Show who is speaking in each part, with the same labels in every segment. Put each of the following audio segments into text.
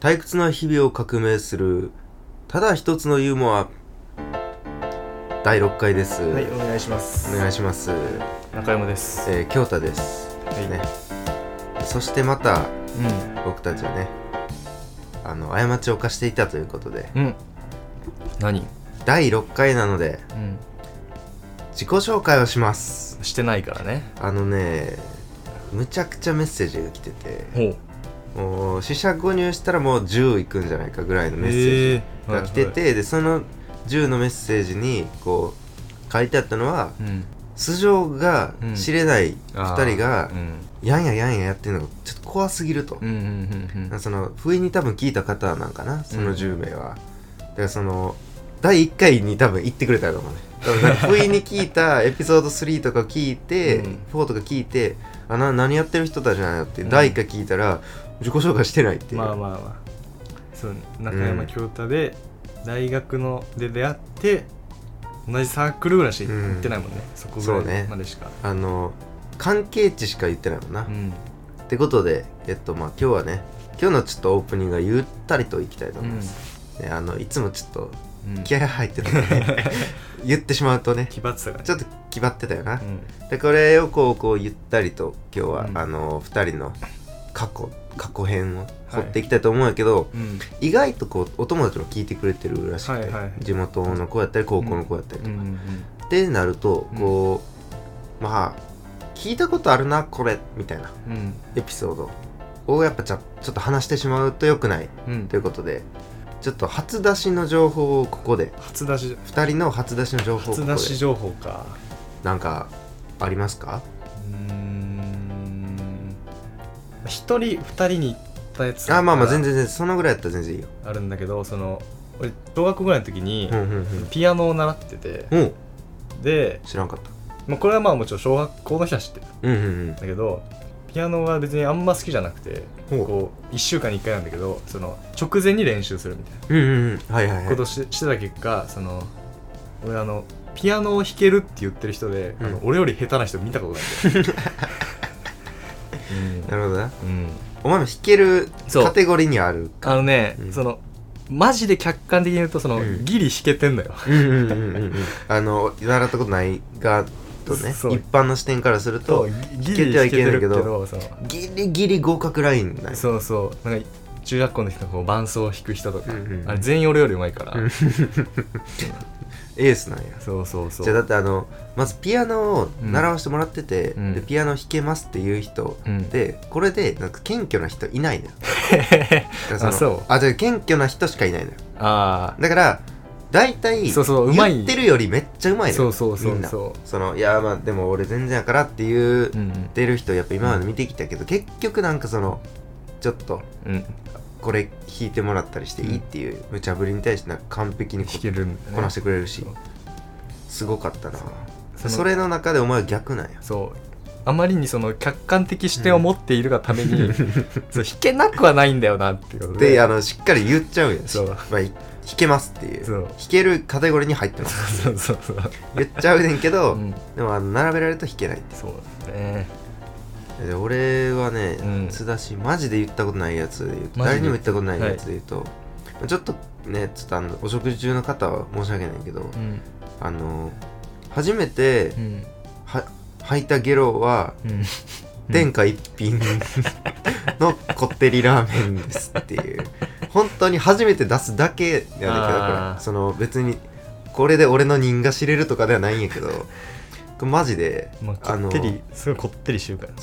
Speaker 1: 退屈な日々を革命するただ一つのユーモア第6回です。
Speaker 2: はい、お願いします。
Speaker 1: お願いします。
Speaker 2: 中山です。
Speaker 1: 京太です、
Speaker 2: はい
Speaker 1: ね、そしてまた、僕たちはね過ちを犯していたということで、
Speaker 2: 何？
Speaker 1: 第6回なので、自己紹介をします。
Speaker 2: してないからね。
Speaker 1: むちゃくちゃメッセージが来てて、もう四捨五入したらもう10いくんじゃないかぐらいのメッセージが来てて、でその10のメッセージにこう書いてあったのは、素性が知れない2人がやんややってるのがちょっと怖すぎると、その不意に多分聞いた方なんかな、その10名は。だからその第1回に多分言ってくれたかもね。不意に聞いたエピソード3とか聞いて、4とか聞いて、何やってる人たちなんやって第1回聞いたら、自己紹介してないっていう。
Speaker 2: まあそう中山京太で、大学ので出会って同じサークルぐらいしか行ってないもんね、そこぐらいまでしか、
Speaker 1: 関係値しか言ってないもんな、ってことで今日はね、今日のちょっとオープニングはゆったりといきたいと思います、いつもちょっと気合入ってたね、言ってしまうとね、
Speaker 2: 気張ってたから、
Speaker 1: ちょっと気張ってたよな、でこれをこうゆったりと今日は、2人の過去編を掘っていきたいと思うんやけど、意外とこうお友達も聞いてくれてるらしくて、地元の子やったり高校の子やったりとか、ってなるとこう、まあ聞いたことあるなこれみたいな、エピソードをやっぱちょっと話してしまうと良くない、ということでちょっと初出しの情報をここで、2人の初出しの情報をここで、
Speaker 2: 初出し情報か、
Speaker 1: なんかありますか？
Speaker 2: 1人2人に言ったやつ、
Speaker 1: まあ全然そのぐらいやったら全然いいよ。
Speaker 2: あるんだけど、俺小学校ぐらいの時にピアノを習ってて、で
Speaker 1: 知らんかった、
Speaker 2: これはまあもちろん小学校の人は知ってる、だけどピアノは別にあんま好きじゃなくて、こう1週間に1回なんだけど、その直前に練習するみたいなことしてた結果、俺ピアノを弾けるって言ってる人で、俺より下手な人見たことないんだよ
Speaker 1: なるほどな、お前も弾けるカテゴリーにあるか。
Speaker 2: マジで客観的に言うとギリ弾けてんだよ
Speaker 1: 習ったことないがとね、一般の視点からすると弾けてはいけないけど、ギリギリ合格ラインない。
Speaker 2: そうなんか中学校の人が伴奏を弾く人とか、あれ全員俺より上手いから
Speaker 1: エースなんや。
Speaker 2: そう
Speaker 1: じゃあだってまずピアノを習わせてもらってて、でピアノ弾けますっていう人、でこれでなんか謙虚な人いないのよじゃあ謙虚な人しかいないのよ。だから大体言ってるよりめっちゃうまいのよ、みんな。いやまあでも俺全然やからって言ってる人やっぱ今まで見てきたけど、結局なんかちょっと、これ弾いてもらったりしていいっていう無茶ぶりに対してなんか完璧にこなしてくれるし、すごかったな。それの中でお前は逆なんや。
Speaker 2: あまりに客観的視点を持っているがために、弾けなくはないんだよなっていうこと
Speaker 1: でしっかり言っちゃうんや。弾けますっていう、弾けるカテゴリーに入ってます言っちゃうねんけど、でも並べられると弾けないって。
Speaker 2: そうだね。
Speaker 1: で俺はね、津田氏マジで言ったことないやつで言うと、誰にも言ったことないやつで言うと、ちょっとお食事中の方は申し訳ないけど、初めて吐いたゲロは、天下一品のこってりラーメンですっていう、本当に初めて出すだけやねんけど、これ別にこれで俺の人が知れるとかではないんやけど、マジで、
Speaker 2: すごいこってりしてるから、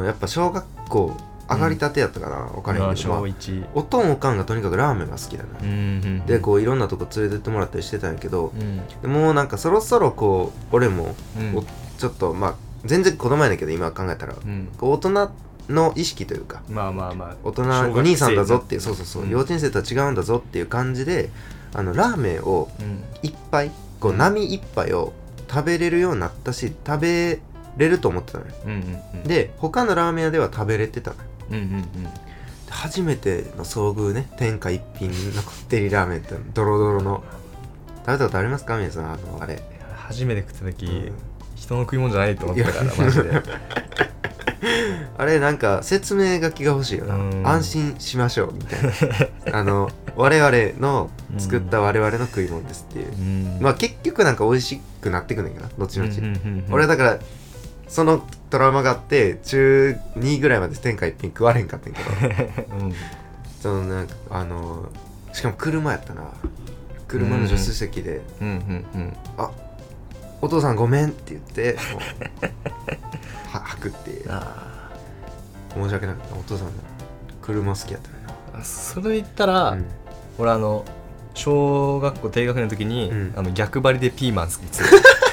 Speaker 1: やっぱ小学校上がりたてやったかな、お金に
Speaker 2: 小1、
Speaker 1: おとんおかんがとにかくラーメンが好きだな、でこういろんなとこ連れてってもらったりしてたんやけど、もうなんかそろそろこう俺も、ちょっと全然子供やねんけど今考えたら、こう大人の意識というか、大人お兄さんだぞっていう、幼稚園生とは違うんだぞっていう感じで、ラーメンを一杯、こう波一杯を食べれるようになったし、食べれると思ってたのよ、で他のラーメン屋では食べれてたのよ、初めての遭遇ね、天下一品のこってりラーメンってドロドロの、食べたことありますか皆さん？あれ初
Speaker 2: めて食った時、人の食い物じゃないと思ったからマジで
Speaker 1: あれなんか説明書きが欲しいよな。安心しましょうみたいな我々の作った我々の食い物ですっていう、まあ結局なんか美味しくなってくんだけどな後々、俺はだからそのトラウマがあって中2ぐらいまで天下一品食われんかったんけど、そのなんかしかも車やったな。車の助手席で、あ、お父さんごめんって言って吐くっていう。申し訳なかった。お父さんの車好きやったのな。
Speaker 2: それ言ったら、俺小学校低学年の時に、逆張りでピーマン好きって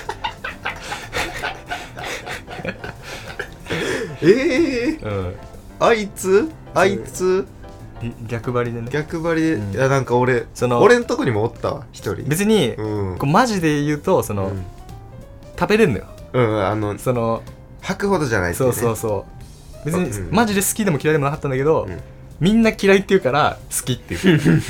Speaker 1: あいつ
Speaker 2: 逆張りでね。
Speaker 1: 逆張りで、いやなんか俺んとこにもおったわ一人。
Speaker 2: 別に、こうマジで言うと食べれんのよ。
Speaker 1: 吐くほどじゃないってね。
Speaker 2: そう別に、マジで好きでも嫌いでもなかったんだけど、みんな嫌いって言うから好きっていうち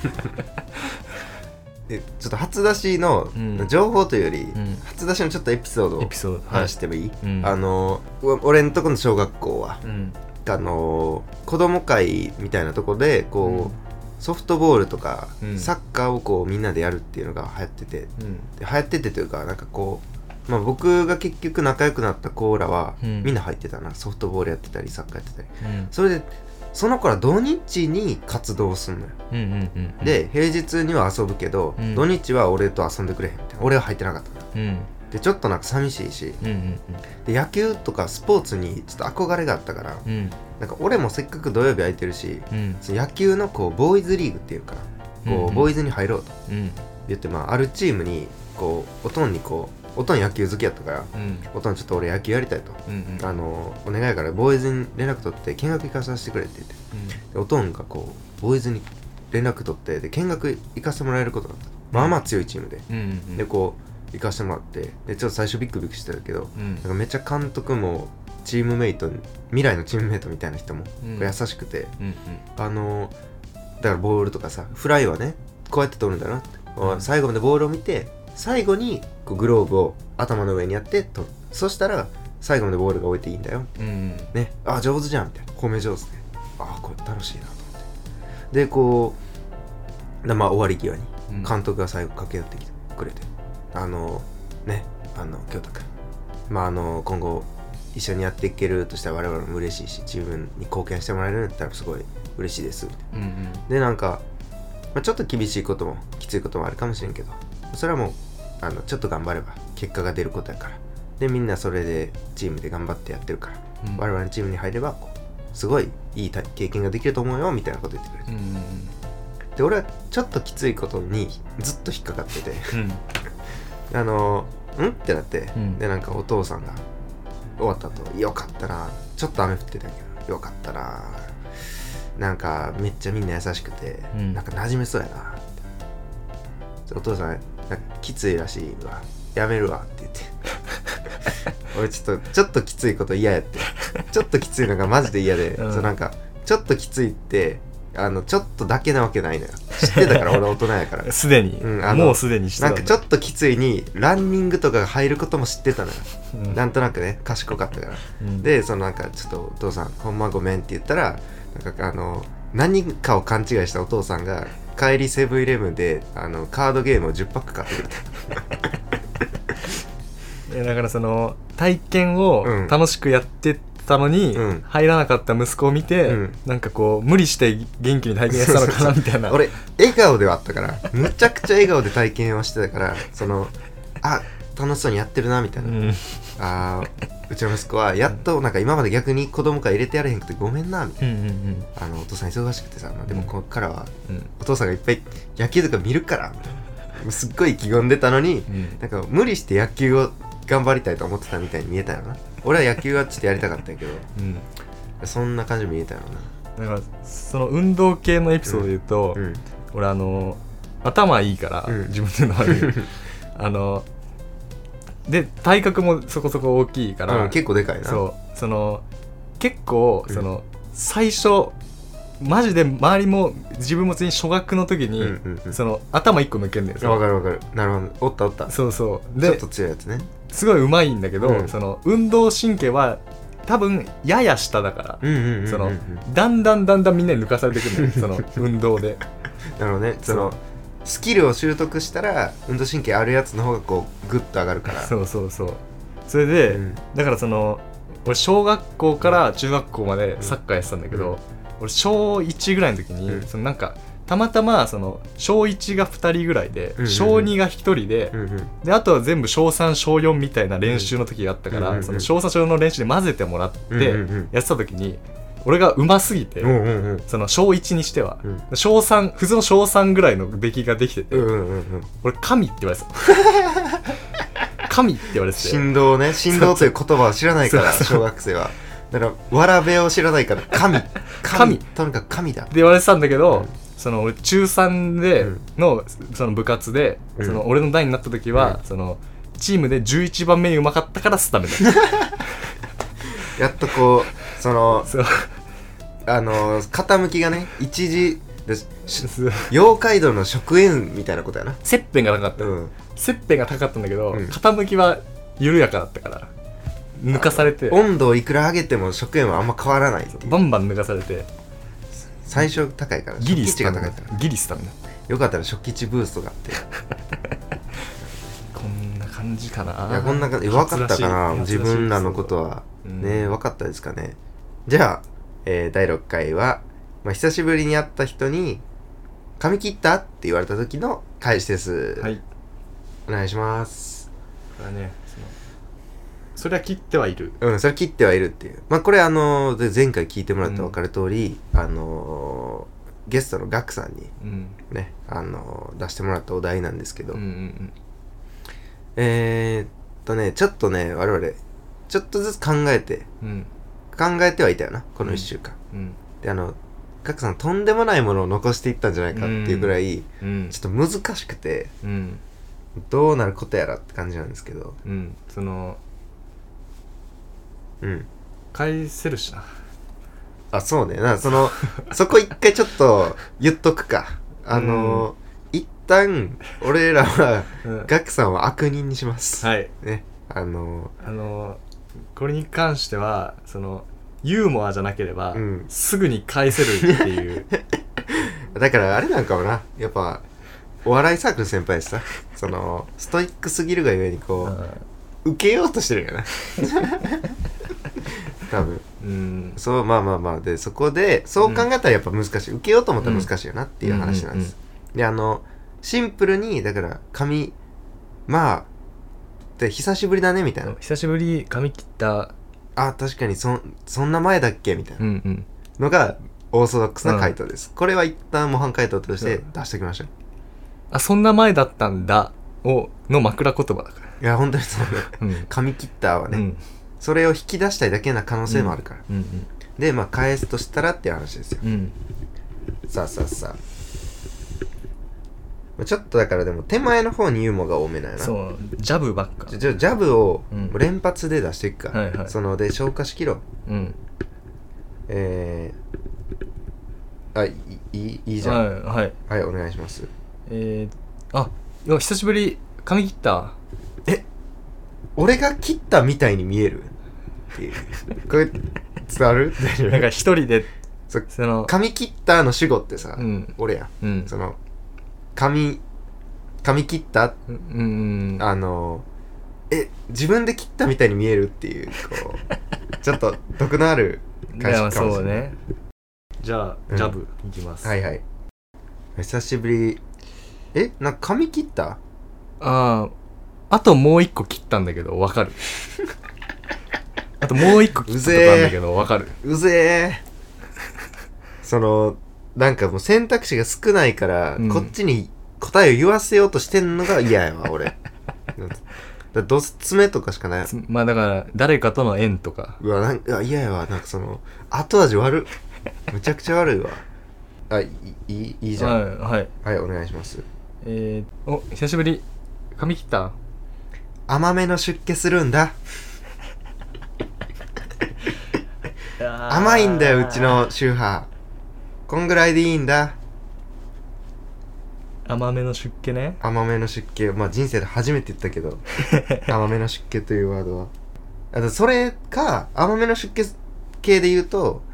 Speaker 1: ょっと初出しの情報というより、初出しのちょっとエピソードを話してもいい？俺んとこの小学校は、子供会みたいなとこでこう、ソフトボールとか、サッカーをこうみんなでやるっていうのが流行ってて、流行っててというかなんかこう、まあ、僕が結局仲良くなった子らは、みんな入ってたな。ソフトボールやってたりサッカーやってたり、それでその子ら土日に活動すんのよ、で平日には遊ぶけど、土日は俺と遊んでくれへんみたいな。俺は入ってなかったの、でちょっとなんか寂しいし、で野球とかスポーツにちょっと憧れがあったから、なんか俺もせっかく土曜日空いてるし、その野球のこうボーイズリーグっていうか、こうボーイズに入ろうと言って、まあ、あるチームにこうおとんにこう、おとん野球好きやったから、おとんちょっと俺野球やりたいと、お願いやからボーイズに連絡取って見学行かさせてくれって言って、おとんがこうボーイズに連絡取って、で見学行かせてもらえることがあった。まあまあ強いチームで、でこう行かせてもらって、でちょっと最初ビックビックしてたけど、なんかめっちゃ監督もチームメイト、未来のチームメイトみたいな人も優しくて、だからボールとかさ、フライはねこうやって取るんだなって、最後までボールを見て、最後にこうグローブを頭の上にやって取る。そしたら最後までボールが置いていいんだよ、ね、あ上手じゃんみたいな、褒め上手で、あこれ楽しいなと思って、でこうまあ終わり際に監督が最後駆け寄ってきてくれて、ね、京太君、まあ今後一緒にやっていけるとしたら我々も嬉しいし、自分に貢献してもらえるんだったらすごい嬉しいですみたいな、でなんか、まあ、ちょっと厳しいこともきついこともあるかもしれんけど、それはもうちょっと頑張れば結果が出ることやから、でみんなそれでチームで頑張ってやってるから、我々のチームに入ればこうすごいいい経験ができると思うよみたいなこと言ってくれて、で俺はちょっときついことにずっと引っかかっててってなって、でなんかお父さんが終わった後、よかったな、ちょっと雨降ってたけどよかったな、なんかめっちゃみんな優しくて、なんか馴染めそうやなって、お父さんなんかきついらしいわ、やめるわって言って俺ちょっときついこと嫌やって、ちょっときついのがマジで嫌で、そうなんかちょっときついってちょっとだけなわけないのよ。知ってたから俺大人やから
Speaker 2: すでに、もうすでに知ってた。
Speaker 1: なんかちょっときついにランニングとかが入ることも知ってたのよ、なんとなくね、賢かったから、でそのなんかちょっとお父さんほんまごめんって言ったら、なんか何かを勘違いしたお父さんが帰りセブンイレブンでカードゲームを10パック買ってくれ
Speaker 2: ただからその体験を楽しくやってたのに、入らなかった息子を見て、なんかこう無理して元気に体験したのかなみたいな
Speaker 1: 俺笑顔ではあったから、むちゃくちゃ笑顔で体験をしてたから、楽しそうにやってるなみたいな、うちの息子はやっとなんか今まで逆に子供から入れてやれへんくてごめんなみたいな、お父さん忙しくてさ、でもこっからはお父さんがいっぱい野球とか見るからみたいな、すっごい意気込んでたのに、なんか無理して野球を頑張りたいと思ってたみたいに見えたよな。俺は野球はちょっとやりたかったんやけど、そんな感じ見えたよ
Speaker 2: な。だからその運動系のエピソードで言うと、俺頭いいから、自分で言うの悪いで体格もそこそこ大きいから、
Speaker 1: 結構でかいな。
Speaker 2: そう結構最初マジで周りも自分も全員初学の時に、頭1個抜けんねん。
Speaker 1: わかるなるほど、おった
Speaker 2: そう
Speaker 1: でちょっと強いやつね、
Speaker 2: すごい上手いんだけど、運動神経は多分やや下だから、そのだんだんみんなに抜かされてくるのよその運動で
Speaker 1: なるほどね。そのスキルを習得したら運動神経あるやつの方がこうグッと上がるから。
Speaker 2: そうそれで、だからその俺小学校から中学校までサッカーやってたんだけど、俺小1ぐらいの時に、そのなんかたまたまその小1が2人ぐらいで、小2が1人で、であとは全部小3小4みたいな練習の時があったから、その小3小4の練習で混ぜてもらってやってた時に、俺が上手すぎて、その小1にしては、小3普通の小3ぐらいの出来ができてて、俺神って言われてた神って言われてて、
Speaker 1: 振動という言葉を知らないから小学生はだからわらべを知らないから神とにかく神だって
Speaker 2: 言われてたんだけど、その俺中3でのその部活で、その俺の代になった時は、そのチームで11番目にうまかったからスタメンだ
Speaker 1: やっとこうその傾きがね一時で妖怪道の食塩みたいなことやな。
Speaker 2: 切片が高かった、切片が高かったんだけど、傾きは緩やかだったから抜かされて、
Speaker 1: 温度をいくら上げても食塩はあんま変わらないっていう、
Speaker 2: バンバン抜かされて
Speaker 1: 最初高いから
Speaker 2: ギリスタンだ
Speaker 1: よかったら初期値ブーストがあって
Speaker 2: こんな感じかな。
Speaker 1: いやこんな感じ分かったかな、自分らのことはね、分かったですかね。じゃあ、第6回は、久しぶりに会った人に髪切ったって言われた時の返しです。
Speaker 2: はい、
Speaker 1: お願いします。
Speaker 2: これはね、それは切ってはいる。
Speaker 1: それ切ってはいるっていう。これ前回聞いてもらって分かる通り、ゲストのガクさんにね、出してもらったお題なんですけど、ちょっとね我々ちょっとずつ考えてはいたよなこの1週間、でガクさんとんでもないものを残していったんじゃないかっていうぐらい、ちょっと難しくて、どうなることやらって感じなんですけど、
Speaker 2: 返せるしな。
Speaker 1: あ、そうね。そこ一回ちょっと言っとくか。一旦俺らは、ガクさんは悪人にします。
Speaker 2: はい。
Speaker 1: ね。
Speaker 2: これに関してはユーモアじゃなければ、すぐに返せるっていう
Speaker 1: だからあれなんかもな、やっぱお笑いサークル先輩でさ、ストイックすぎるがゆえにこう、受けようとしてるよな多分、そうでそこでそう考えたらやっぱ難しい、受けようと思ったら難しいよなっていう話なんです、でシンプルにだから髪で久しぶりだねみたいな、
Speaker 2: 久しぶり髪切った、
Speaker 1: 確かにそんな前だっけみたいなのがオーソドックスな回答です、これは一旦模範回答として出しておきましょう、
Speaker 2: そんな前だったんだの枕言葉だから。
Speaker 1: いや本当にそうね、髪切ったはね、それを引き出したいだけな可能性もあるから、で返すとしたらっていう話ですよ、さあちょっとだからでも手前の方にユーモアが多めなんやな。
Speaker 2: そうジャブばっか。
Speaker 1: ジャブを連発で出していくか、で消化しきろう。いいじゃん。はい、お願いします。
Speaker 2: 久しぶり髪切った。
Speaker 1: 俺が切ったみたいに見えるっていうこれ伝わる？
Speaker 2: なんか一人で
Speaker 1: 髪切ったの主語ってさ、俺やん、髪切った、自分で切ったみたいに見えるっていうこうちょっと毒のある返しかもしれない。そうね。
Speaker 2: じゃあ、ジャブいきます。
Speaker 1: はいはい。久しぶり。なんか髪切った？
Speaker 2: あともう一個切ったんだけど分かる。あともう一個切ったとかなんだけど分かる。
Speaker 1: うぜなんかもう選択肢が少ないから、こっちに答えを言わせようとしてんのが嫌やわ俺。どつめとかしかない。
Speaker 2: だから誰かとの縁とか。
Speaker 1: なんか嫌やわ。なんか後味悪い。むちゃくちゃ悪いわ。いいじゃん。はい、お願いします。
Speaker 2: 久しぶり髪切った？
Speaker 1: 甘めの出家するんだ。甘いんだようちの宗派。こんぐらいでいいんだ。
Speaker 2: 甘めの出家ね。
Speaker 1: 甘めの出家、人生で初めて言ったけど甘めの出家というワードはあとそれか甘めの出血系で言うと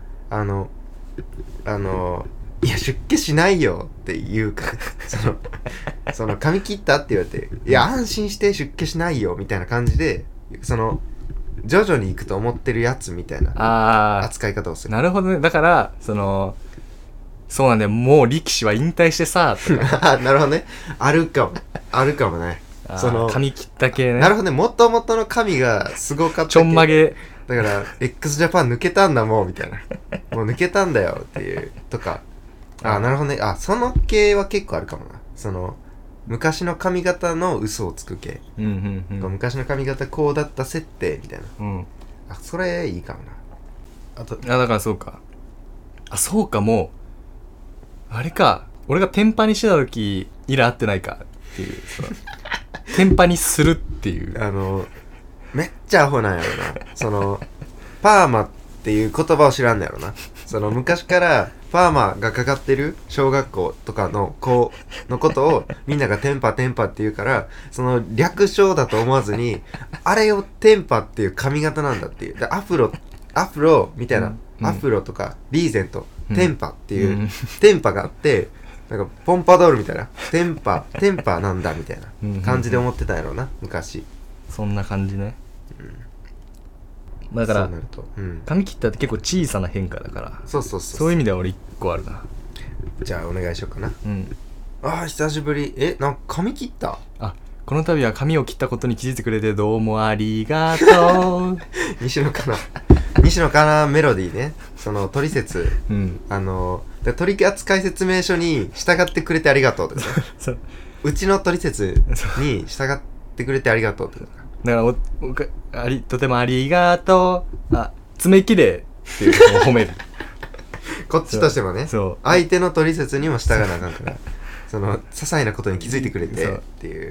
Speaker 1: いや出家しないよって言うかその髪切ったって言われていや安心して出家しないよみたいな感じで徐々に行くと思ってるやつみたいな扱い方をする。
Speaker 2: なるほどね。だからそうなんだよ、もう力士は引退してさとか
Speaker 1: なるほどね。あるかもね。
Speaker 2: 髪切った系ね。
Speaker 1: なるほどね。もともとの髪がすごかったけど
Speaker 2: ちょんまげ
Speaker 1: だから x ジャパン抜けたんだもうみたいなもう抜けたんだよっていうとかなるほどね。その系は結構あるかもな。昔の髪型の嘘をつく系、昔の髪型こうだった設定みたいな、それいいかもな。
Speaker 2: だからそうかもうあれか、俺がテンパにしてた時以来会ってないかっていうテンパにするっていう
Speaker 1: めっちゃアホなんやろなパーマっていう言葉を知らんのやろな。昔からパーマがかかってる小学校とかの子のことをみんながテンパって言うから、略称だと思わずにあれをテンパっていう髪型なんだっていう。でアフロみたいな、アフロとかリーゼント、テンパっていう、テンパがあってなんかポンパドールみたいなテンパなんだみたいな感じで思ってたんやろうな昔。
Speaker 2: そんな感じね。だから
Speaker 1: そうなると、
Speaker 2: 髪切ったって結構小さな変化だから、そういう意味では俺1個あるな。
Speaker 1: じゃあお願いしようかな。久しぶり。なんか髪切った？
Speaker 2: この度は髪を切ったことに気づいてくれてどうもありがとう
Speaker 1: 西野かなメロディーね。トリセツ、取扱説明書に従ってくれてありがとうですねうちのトリセツに従ってくれてありがとうって
Speaker 2: だからとてもありがとう。爪切れっていうのを褒める
Speaker 1: こっちとしてもね、相手の取説にも従わなあかんから些細なことに気づいてくれてっていう。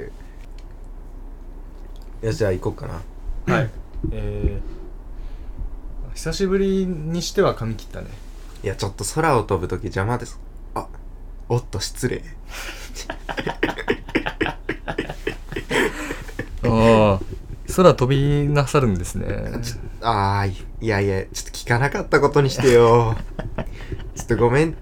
Speaker 1: じゃあ行こうかな。
Speaker 2: はい久しぶりにしては髪切ったね。
Speaker 1: いやちょっと空を飛ぶとき邪魔です。おっと失礼
Speaker 2: 空飛びなさるんですね。
Speaker 1: いやちょっと聞かなかったことにしてよちょっとごめんって。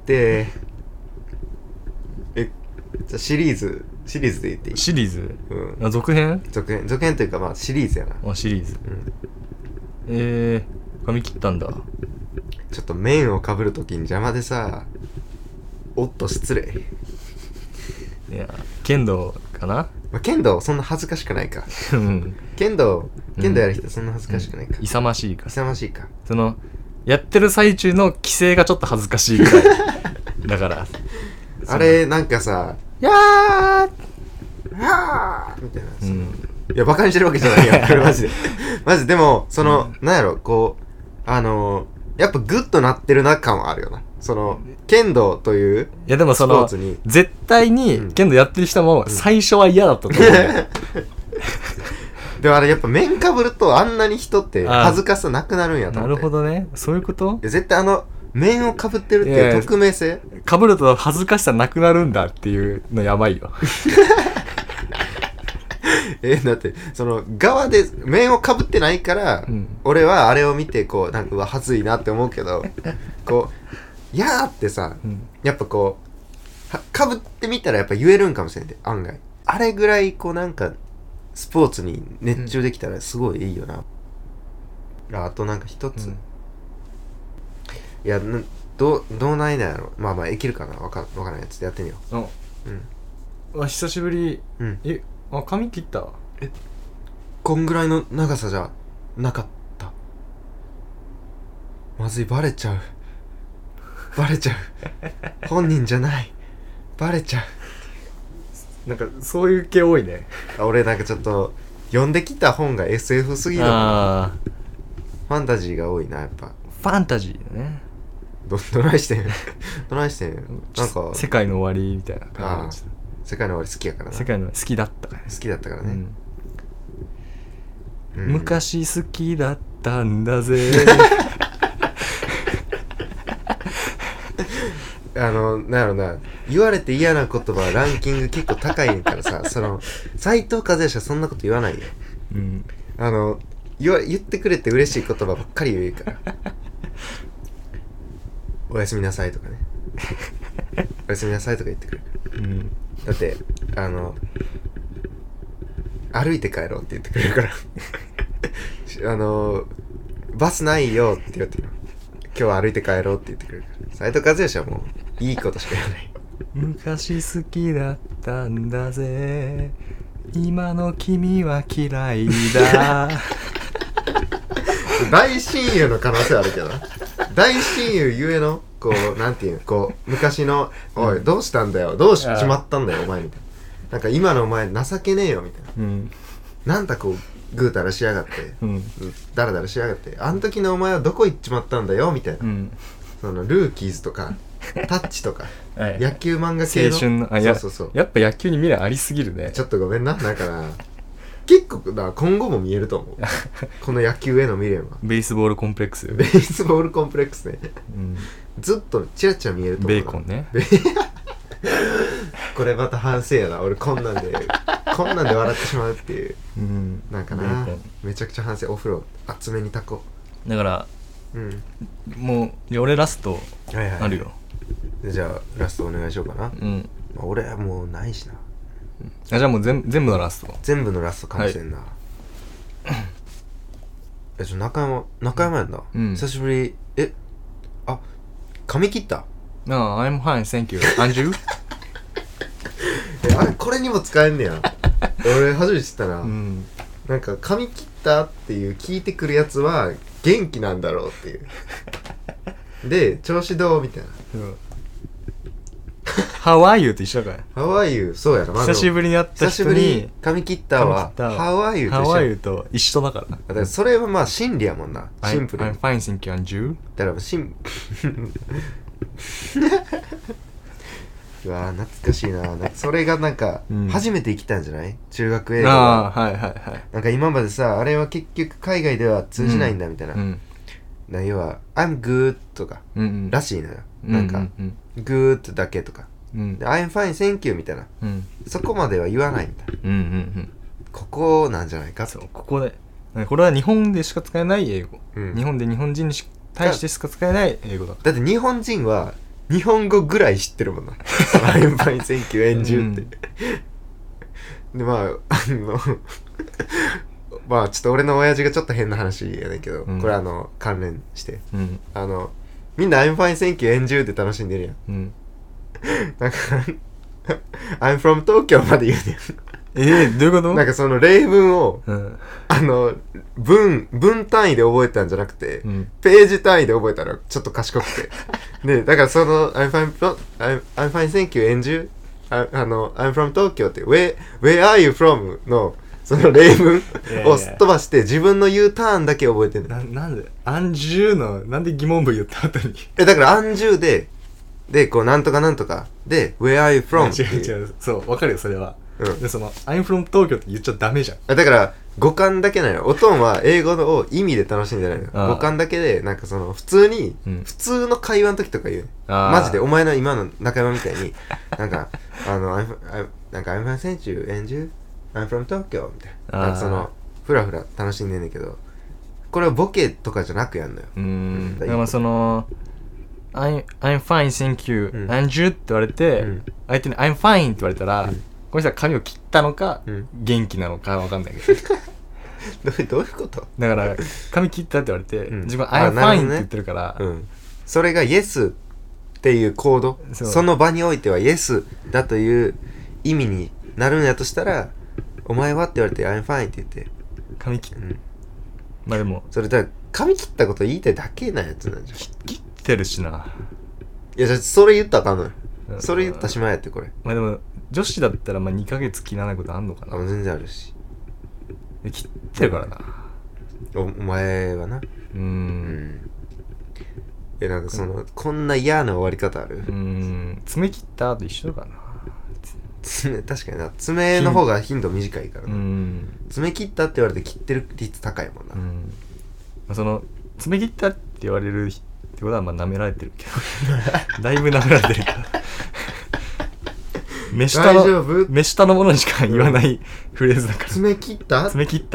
Speaker 1: じゃあシリーズで言っていい？
Speaker 2: シリーズ？続編と
Speaker 1: いうかシリーズやな。
Speaker 2: シリーズ。髪切ったんだ。
Speaker 1: ちょっと面をかぶるときに邪魔でさ。おっと失礼。
Speaker 2: いや剣道かな。
Speaker 1: 剣道そんな恥ずかしくないか剣道やる人そんな恥ずかしくないか。
Speaker 2: 勇ましいか。
Speaker 1: や
Speaker 2: ってる最中の規制がちょっと恥ずかしいくらいだから
Speaker 1: あれなんかさやーみたいな、いやバカにしてるわけじゃないよこれマジででもなんやろやっぱグッとなってるな感はあるよな。剣道という
Speaker 2: いやでもスポーツに絶対に剣道やってる人も最初は嫌だったと思うんだよ
Speaker 1: でもあれやっぱ面かぶるとあんなに人って恥ずかしさなくなるんやと思って。
Speaker 2: なるほどね。そういうこと？
Speaker 1: 絶対面をかぶってるっていう匿名性
Speaker 2: かぶると恥ずかしさなくなるんだっていうのやばいよ
Speaker 1: だって側で面をかぶってないから、俺はあれを見てなんか恥ずいなって思うけどやーってさ、やっぱかぶってみたらやっぱ言えるんかもしれんで案外。あれぐらいなんかスポーツに熱中できたらすごいいいよな。あとなんか一つ、いやどうないなんやろ。いけるかな。わからないやつでやってみよ
Speaker 2: う。久しぶり。髪切った？
Speaker 1: こんぐらいの長さじゃなかった。まずい、バレちゃう本人じゃない、バレちゃ
Speaker 2: う。なんかそういう系多いね。
Speaker 1: 俺なんかちょっと読んできた本が SF すぎるな。ファンタジーが多いなやっぱ。
Speaker 2: ファンタジーだね。
Speaker 1: どないしてんなんか
Speaker 2: 世界の終わりみたいな感じ。
Speaker 1: 世界の終わり好きやからな。
Speaker 2: 世界の好きだったからね。昔好きだったんだぜ
Speaker 1: なんやろな、言われて嫌な言葉ランキング結構高いからさ斎藤和義はそんなこと言わないよ。 言ってくれて嬉しい言葉ばっかり言うからおやすみなさいとかねおやすみなさいとか言ってくる、うん、だって歩いて帰ろうって言ってくれるからバスないよって言ってる。今日は歩いて帰ろうって言ってくれるから。斉藤和義はもういいことしか言わない。
Speaker 2: 昔好きだったんだぜ、今の君は嫌いだ
Speaker 1: 大親友の可能性あるけど大親友ゆえのこうなんていうこう昔のおいどうしたんだよどうしちまったんだよお前みたいな、なんか今のお前情けねえよみたいな、うん、なんだこうぐうたらしやがって、うん、だらだらしやがってあの時のお前はどこ行っちまったんだよみたいな、うん、そのルーキーズとかタッチとか、はい、野球漫画系の
Speaker 2: 青春のそうやっぱ野球に未来ありすぎるね。
Speaker 1: ちょっとごめんなだから結構だ今後も見えると思うこの野球への未練は
Speaker 2: ベースボールコンプレックス
Speaker 1: ベースボールコンプレックスね、うん、ずっとチラチラ見えると思う。
Speaker 2: ベーコンね
Speaker 1: これまた反省やな俺こんなんで笑ってしまうっていう、うん、なんかなめちゃくちゃ反省。お風呂厚めに炊こ
Speaker 2: うだから、うん、もう俺ラストあるよ、はいはい
Speaker 1: はい、じゃあラストお願いしようかな、うんまあ、俺はもうないしな、
Speaker 2: じゃあもう全部のラスト
Speaker 1: 全部のラストかもしれんな、はい、中山やんだ、うん、久しぶり。あ髪切った。
Speaker 2: ああ I'm fine thank you and you
Speaker 1: あれこれにも使えんねや俺初めて知ったな、うん、なんか髪切ったっていう聞いてくるやつは元気なんだろうっていうで調子どうみたいな、うん
Speaker 2: How are you と一緒だから。
Speaker 1: How are you そうやな、
Speaker 2: 久しぶりに会った人に
Speaker 1: 髪切ったは How are you
Speaker 2: と一緒。How are you と一緒だから。
Speaker 1: だからそれはまあ真理やもんな。シンプルに。
Speaker 2: I'm fine thank you and you
Speaker 1: だからうわ懐かしいな。それがなんか初めて生きたんじゃない、うん、中学英語
Speaker 2: が。はいはいはい。
Speaker 1: なんか今までさあれは結局海外では通じないんだみたいな、うん、要は I'm good とか、うんうん、らしいのよ。なんか、うんうんうん、good だけとか、うん、I'm fine thank you みたいな、うん、そこまでは言わないみたいな、うんうんうん、ここなんじゃないか。
Speaker 2: そうここでこれは日本でしか使えない英語、うん、日本で日本人に対してしか使えない英語だ。
Speaker 1: だって日本人は日本語ぐらい知ってるもんなI'm fine thank you and you って、うん、でまあまあちょっと俺の親父がちょっと変な話やねんけど、うん、これ関連して、うん、みんな I'm fine thank you and you って楽しんでるやん、うん、なんかI'm from Tokyo まで言うねん
Speaker 2: どういうこと？
Speaker 1: なんかその例文を、うん、文単位で覚えたんじゃなくて、うん、ページ単位で覚えたらちょっと賢くてでだからその I'm fine thank you and you I'm from Tokyo って Where are you from のその例文をすっ飛ばして自分の言うターンだけ覚えてる。
Speaker 2: なんでアンジューのなんで疑問文言った後に
Speaker 1: だからアンジューでこうなんとかなんとかで Where are you from
Speaker 2: 違うそうわかるよそれは、うん、でその I'm from Tokyo って言っちゃダメじゃん。
Speaker 1: だから語感だけなの。おとんは英語を意味で楽しんでないの。語感だけでなんかその普通に、うん、普通の会話の時とか言う。マジでお前の今の中山みたいになんかなんか I'm from thank you and you I'm from Tokyo みたいな。なんかそのふらふら楽しんでんねんけど、これはボケとかじゃなくやんのよ。
Speaker 2: だからそのI'm fine thank you、うん、and you って言われて、うん、相手に I'm fine って言われたら、うん、この人は髪を切ったのか、うん、元気なのかわかんないけど
Speaker 1: どういうこと？
Speaker 2: だから髪切ったって言われて、うん、自分 I'm fine って言ってるから、
Speaker 1: うん、それが Yes っていうコード、その場においては Yes だという意味になるんやとしたら、お前はって言われて I'm fine って言って
Speaker 2: 髪切った、うん、まあでも
Speaker 1: それだ髪切ったこと言いたいだけなやつなんじゃん。
Speaker 2: 切ってるしな。
Speaker 1: いやじゃあそれ言ったらあかんのよ、うん、それ言ったしまいやってこれ。
Speaker 2: まあでも女子だったらまあ2ヶ月切らないことあんのかな。
Speaker 1: 全然あるし
Speaker 2: 切ってるからな。
Speaker 1: お前はな。なんかその、こんな嫌な終わり方ある？
Speaker 2: 爪切った後一緒だからな。
Speaker 1: 確かにな。爪の方が頻度短いからな。爪切ったって言われて切ってる率高いもんな。ま
Speaker 2: あ、その爪切ったって言われるってことはまあ舐められてるけどだいぶ舐められてるけど目下のものにしか言わないフレーズだから。
Speaker 1: 爪切った？
Speaker 2: 爪切った？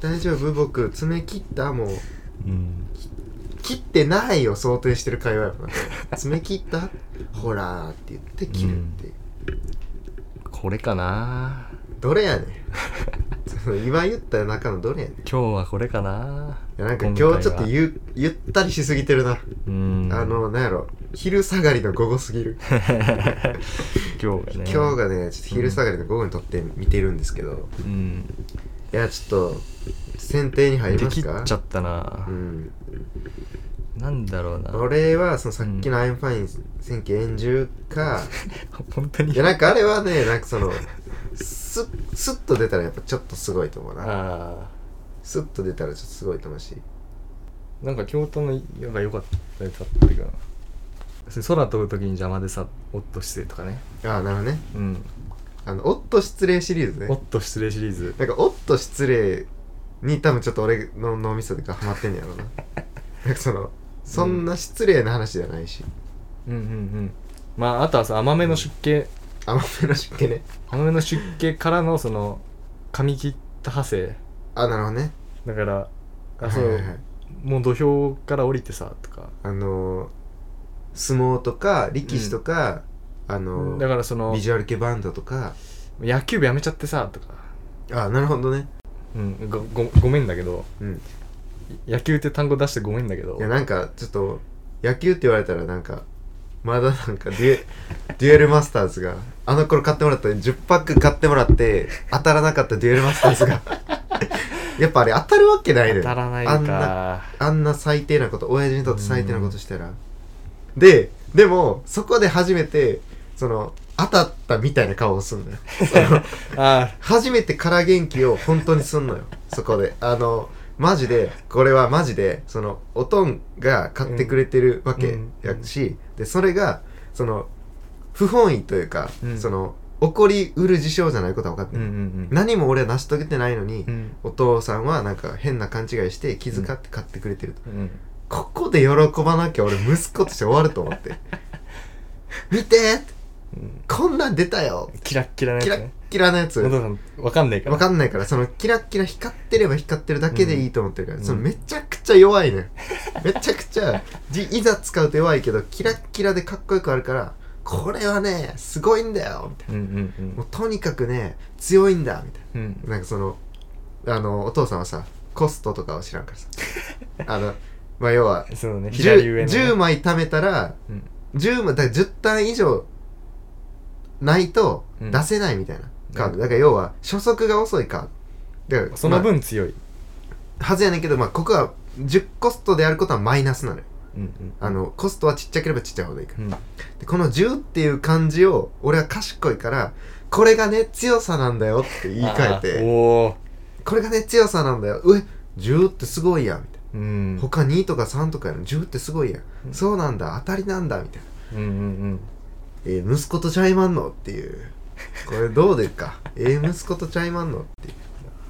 Speaker 1: 大丈夫僕爪切ったもう、切ってないを想定してる会話やもんな爪切ったほらーって言って切るっていう、
Speaker 2: これかな。
Speaker 1: どれやねん今言った中のどれやねん。
Speaker 2: 今日はこれかな。
Speaker 1: いやなんか今日ちょっとゆったりしすぎてるな。なんやろ、昼下がりの午後すぎる今日がねちょっと昼下がりの午後にとって見てるんですけど、いやちょっと選定に入りますか。
Speaker 2: できっちゃったな。なんだろうな。
Speaker 1: 俺はそのさっきのアイムファイン選挙円柱か
Speaker 2: 本当に。
Speaker 1: いやなんかあれはねなんかそのスッと出たらやっぱちょっとすごいと思うな。スッと出たらちょっとすごいと思うし、
Speaker 2: なんか京都のが良かったやつあったけどな。空飛ぶ時に邪魔でさ、おっと失礼とかね。
Speaker 1: なるほどね。おっと失礼シリーズね。
Speaker 2: おっと失礼シリーズ。
Speaker 1: なんかおっと失礼に多分ちょっと俺の脳みそでハマってんねやろななんかそんな失礼な話じゃないし、
Speaker 2: まああとはさ、甘めの出家
Speaker 1: ね。
Speaker 2: 甘めの出家からのその髪切った派生。
Speaker 1: なるほどね。
Speaker 2: だからもう土俵から降りてさとか、
Speaker 1: 相撲とか力士とか、だ
Speaker 2: からその
Speaker 1: ビジュアル系バンドとか
Speaker 2: 野球部やめちゃってさとか。
Speaker 1: なるほどね。
Speaker 2: ごめんだけど、野球って単語出してごめんだけど、
Speaker 1: いやなんかちょっと野球って言われたらなんかまだなんかデュエルマスターズがあの頃買ってもらった10パック買ってもらって当たらなかったデュエルマスターズがやっぱあれ当たるわけないのよ。
Speaker 2: 当たらないか。
Speaker 1: あんな最低なこと、親父にとって最低なことしたら、でもそこで初めてその当たったみたいな顔をすんのよ初めて空元気を本当にすんのよそこで。マジでこれはマジでそのおとんが買ってくれてるわけやし、でそれがその不本意というか、その起こりうる事象じゃないことは分かってる、何も俺は成し遂げてないのに、お父さんはなんか変な勘違いして気遣って買ってくれてると、ここで喜ばなきゃ俺息子として終わると思って見てーって、こんなん出たよ、
Speaker 2: キラッキラなやつね。
Speaker 1: キラッキラなやつ。
Speaker 2: お父さん分かんないから
Speaker 1: そのキラッキラ光ってれば光ってるだけでいいと思ってるから、そのめちゃくちゃ弱いねめちゃくちゃいざ使うと弱いけどキラッキラでかっこよくあるから、これはねすごいんだよみたいな、もうとにかくね強いんだみたいな、なんかそのお父さんはさコストとかを知らんからさまあ要は
Speaker 2: そうね、左上の、ね、
Speaker 1: 10枚貯めたら、10枚だから10ターン以上ないと出せないみたいなカード、だから要は初速が遅いカードだから
Speaker 2: その分強い、
Speaker 1: はずやねんけど、ここは10コストであることはマイナスなのよ、コストはちっちゃければちっちゃいほどいいから、でこの10っていう漢字を俺は賢いからこれがね強さなんだよって言い換えて、これがね強さなんだよ、10ってすごいやんみたいな、他2とか3とかやの10ってすごいやん、そうなんだ当たりなんだみたいな、息子とちゃいまんのっていう、これどうでっか息子とちゃいまんのっていう。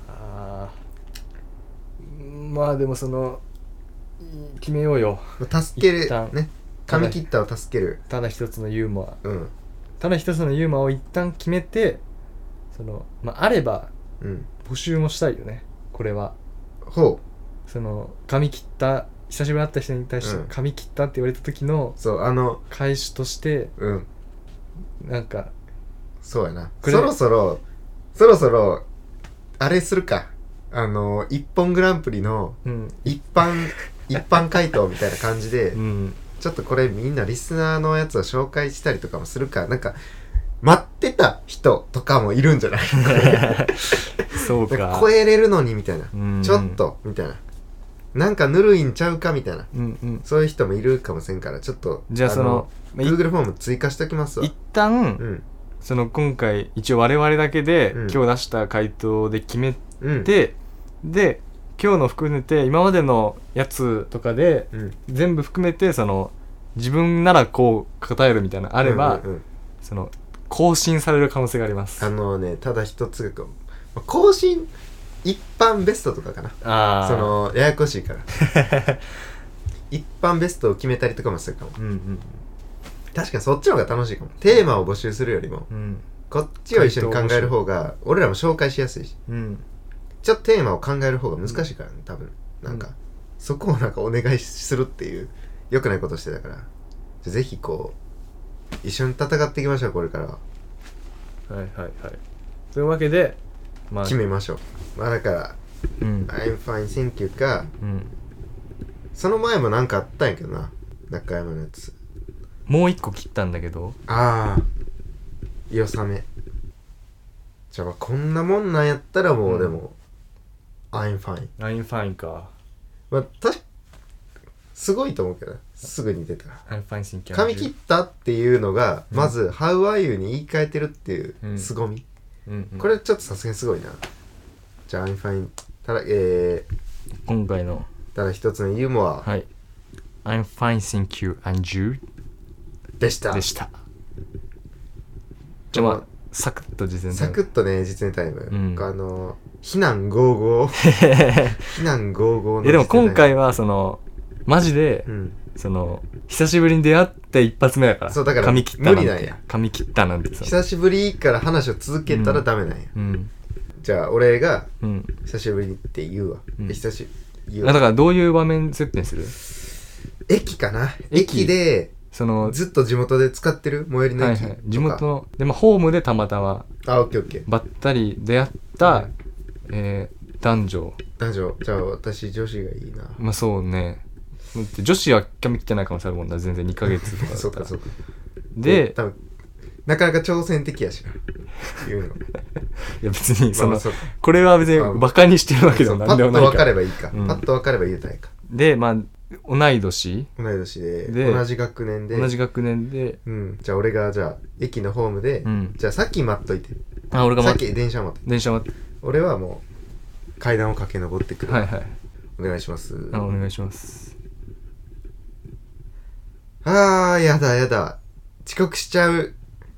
Speaker 2: まあでもその決めようよ、
Speaker 1: 助けるね、髪切ったを助ける
Speaker 2: ただ一つのユーモア、ただ一つのユーモアを一旦決めて、そのあれば募集もしたいよね、これは。その髪切った、久しぶりに会った人に対して髪切ったって言われた時の返しとして、なんか
Speaker 1: そうやな、そろそろあれするか、一本グランプリの一般回答みたいな感じで、ちょっとこれみんなリスナーのやつを紹介したりとかもするか、なんか待ってた人とかもいるんじゃない
Speaker 2: そうか、
Speaker 1: 超えれるのにみたいな、ちょっとみたいな、なんかぬるいんちゃうかみたいな、そういう人もいるかもしれんから、ちょっと
Speaker 2: じゃあその
Speaker 1: Google フォーム追加しておきますわ。
Speaker 2: 一旦、その今回一応我々だけで、今日出した回答で決めて、で今日の含めて今までのやつとかで、全部含めてその自分ならこう答えるみたいなのあれば、その更新される可能性があります。
Speaker 1: ただ一つが更新一般ベストとかかな、そのややこしいから一般ベストを決めたりとかもするかも、確かにそっちの方が楽しいかも。テーマを募集するよりも、こっちを一緒に考える方が俺らも紹介しやすいし、 ちゃテーマを考える方が難しいからね多分なんか、そこをなんかお願いするっていう良くないことしてたからぜひこう一緒に戦っていきましょうこれからは。
Speaker 2: はいはいはい。というわけで、
Speaker 1: 決めましょう。だから、I'm fine, thank you か、その前もなんかあったんやけどな中山のやつ。
Speaker 2: もう一個切ったんだけど。
Speaker 1: よさめ。じゃあこんなもんなんやったらもうでも、I'm fine
Speaker 2: か。
Speaker 1: すごいと思うけどすぐに出たら
Speaker 2: I'm fine, thank you
Speaker 1: 髪切ったっていうのが、まず How are you に言い換えてるっていう凄み、これちょっとさすがにすごいな。じゃあ I'm fine ただ
Speaker 2: 今回の
Speaker 1: ただ一つのユーモア、
Speaker 2: はい、I'm fine, thank you and you
Speaker 1: でした。
Speaker 2: じゃあサクッと実演タイム。
Speaker 1: サクッとね実演タイム、非難合々非難合々の
Speaker 2: でも今回はそのマジで、その久しぶりに出会って一発目だから。
Speaker 1: そうだから
Speaker 2: 髪切ったなんて
Speaker 1: 無理なんや。
Speaker 2: 髪切ったなんて
Speaker 1: 久しぶりから話を続けたらダメなんや、じゃあ俺が久しぶりって言うわ、言うわ。
Speaker 2: だからどういう場面設定する？
Speaker 1: 駅かな。駅でそのずっと地元で使ってる最寄りの駅とか、
Speaker 2: 地元のでホームでたまたま
Speaker 1: オッケーオッケー
Speaker 2: ばったり出会った、男女。
Speaker 1: じゃあ私女子がいいな。
Speaker 2: そうね。女子は髪切ってない可能性あるもんな。全然2ヶ月とかだったら
Speaker 1: そうか
Speaker 2: で
Speaker 1: 多分なかなか挑戦的やしな言うの。い
Speaker 2: や別にこれは別にバカにしてるわけでもなんでもないから。
Speaker 1: パッと分かればいいか、パッと分かれば言うたらいいか。
Speaker 2: で同い年
Speaker 1: で同じ学年でじゃあ俺がじゃあ駅のホームで、じゃあさっき待っといて。
Speaker 2: 俺が
Speaker 1: さっき電車待って。俺はもう階段を駆け上ってくる。お願いします。
Speaker 2: お願いします。
Speaker 1: やだ遅刻しちゃう。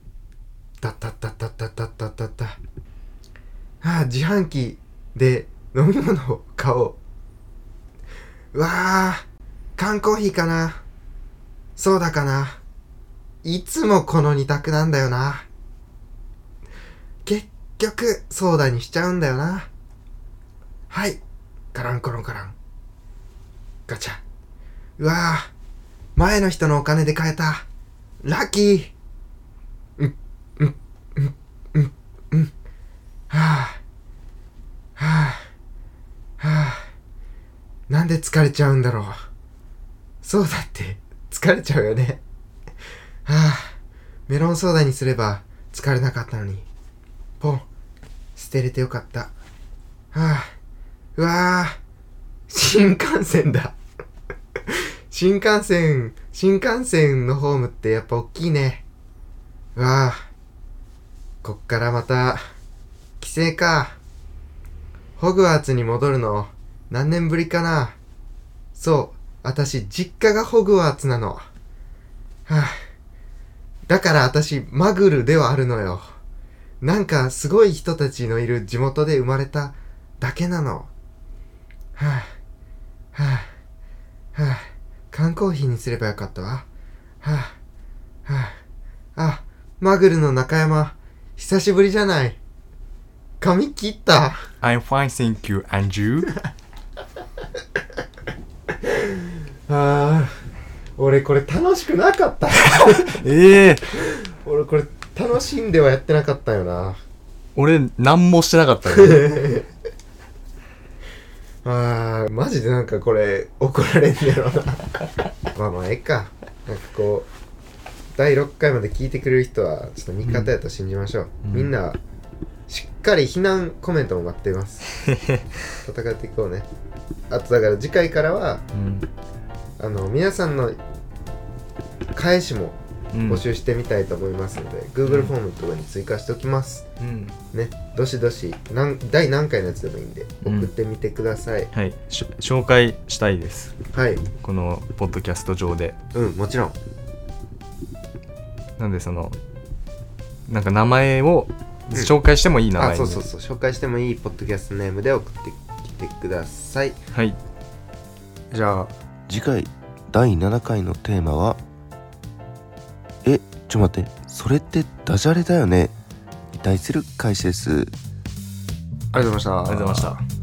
Speaker 1: 自販機で飲み物を買おう。缶コーヒーかな。ソーダかな。いつもこの2択なんだよな。結局ソーダにしちゃうんだよな。はい、カランコロンカランガチャ。前の人のお金で買えた。ラッキー。なんで疲れちゃうんだろう。そうだって疲れちゃうよね。メロンソーダにすれば疲れなかったのに。ポン、捨てれてよかった。新幹線だ。新幹線のホームってやっぱ大きいね。こっからまた帰省か。ホグワーツに戻るの何年ぶりかな。そう、私実家がホグワーツなの。だから私マグルではあるのよ。なんかすごい人たちのいる地元で生まれただけなの。缶コーヒーにすればよかったわ。マグルの中山、久しぶりじゃない。髪切った。
Speaker 2: I'm fine, thank you, and you?
Speaker 1: 俺これ楽しくなかった。俺これ楽しんではやってなかったよな。
Speaker 2: 俺何もしてなかった
Speaker 1: よ。マジでなんかこれ怒られんやろな。まあええか。なんかこう第6回まで聞いてくれる人はちょっと味方やと信じましょう。みんなしっかり非難コメントも待っています。戦っていこうね。あとだから次回からは、皆さんの返しも募集してみたいと思いますので、Google フォームとかに追加しておきます。ね、どしどし第何回のやつでもいいんで送ってみてください。
Speaker 2: はい、紹介したいです。
Speaker 1: はい。
Speaker 2: このポッドキャスト上で。
Speaker 1: もちろん。
Speaker 2: なんでなんか名前を紹介してもいい名前に、
Speaker 1: そう紹介してもいいポッドキャストネームで送ってきてください。
Speaker 2: はい。
Speaker 1: じゃあ次回第7回のテーマはちょ待って、それってダジャレだよねに対する返しです。ありがとうございました。
Speaker 2: ありがとうございました。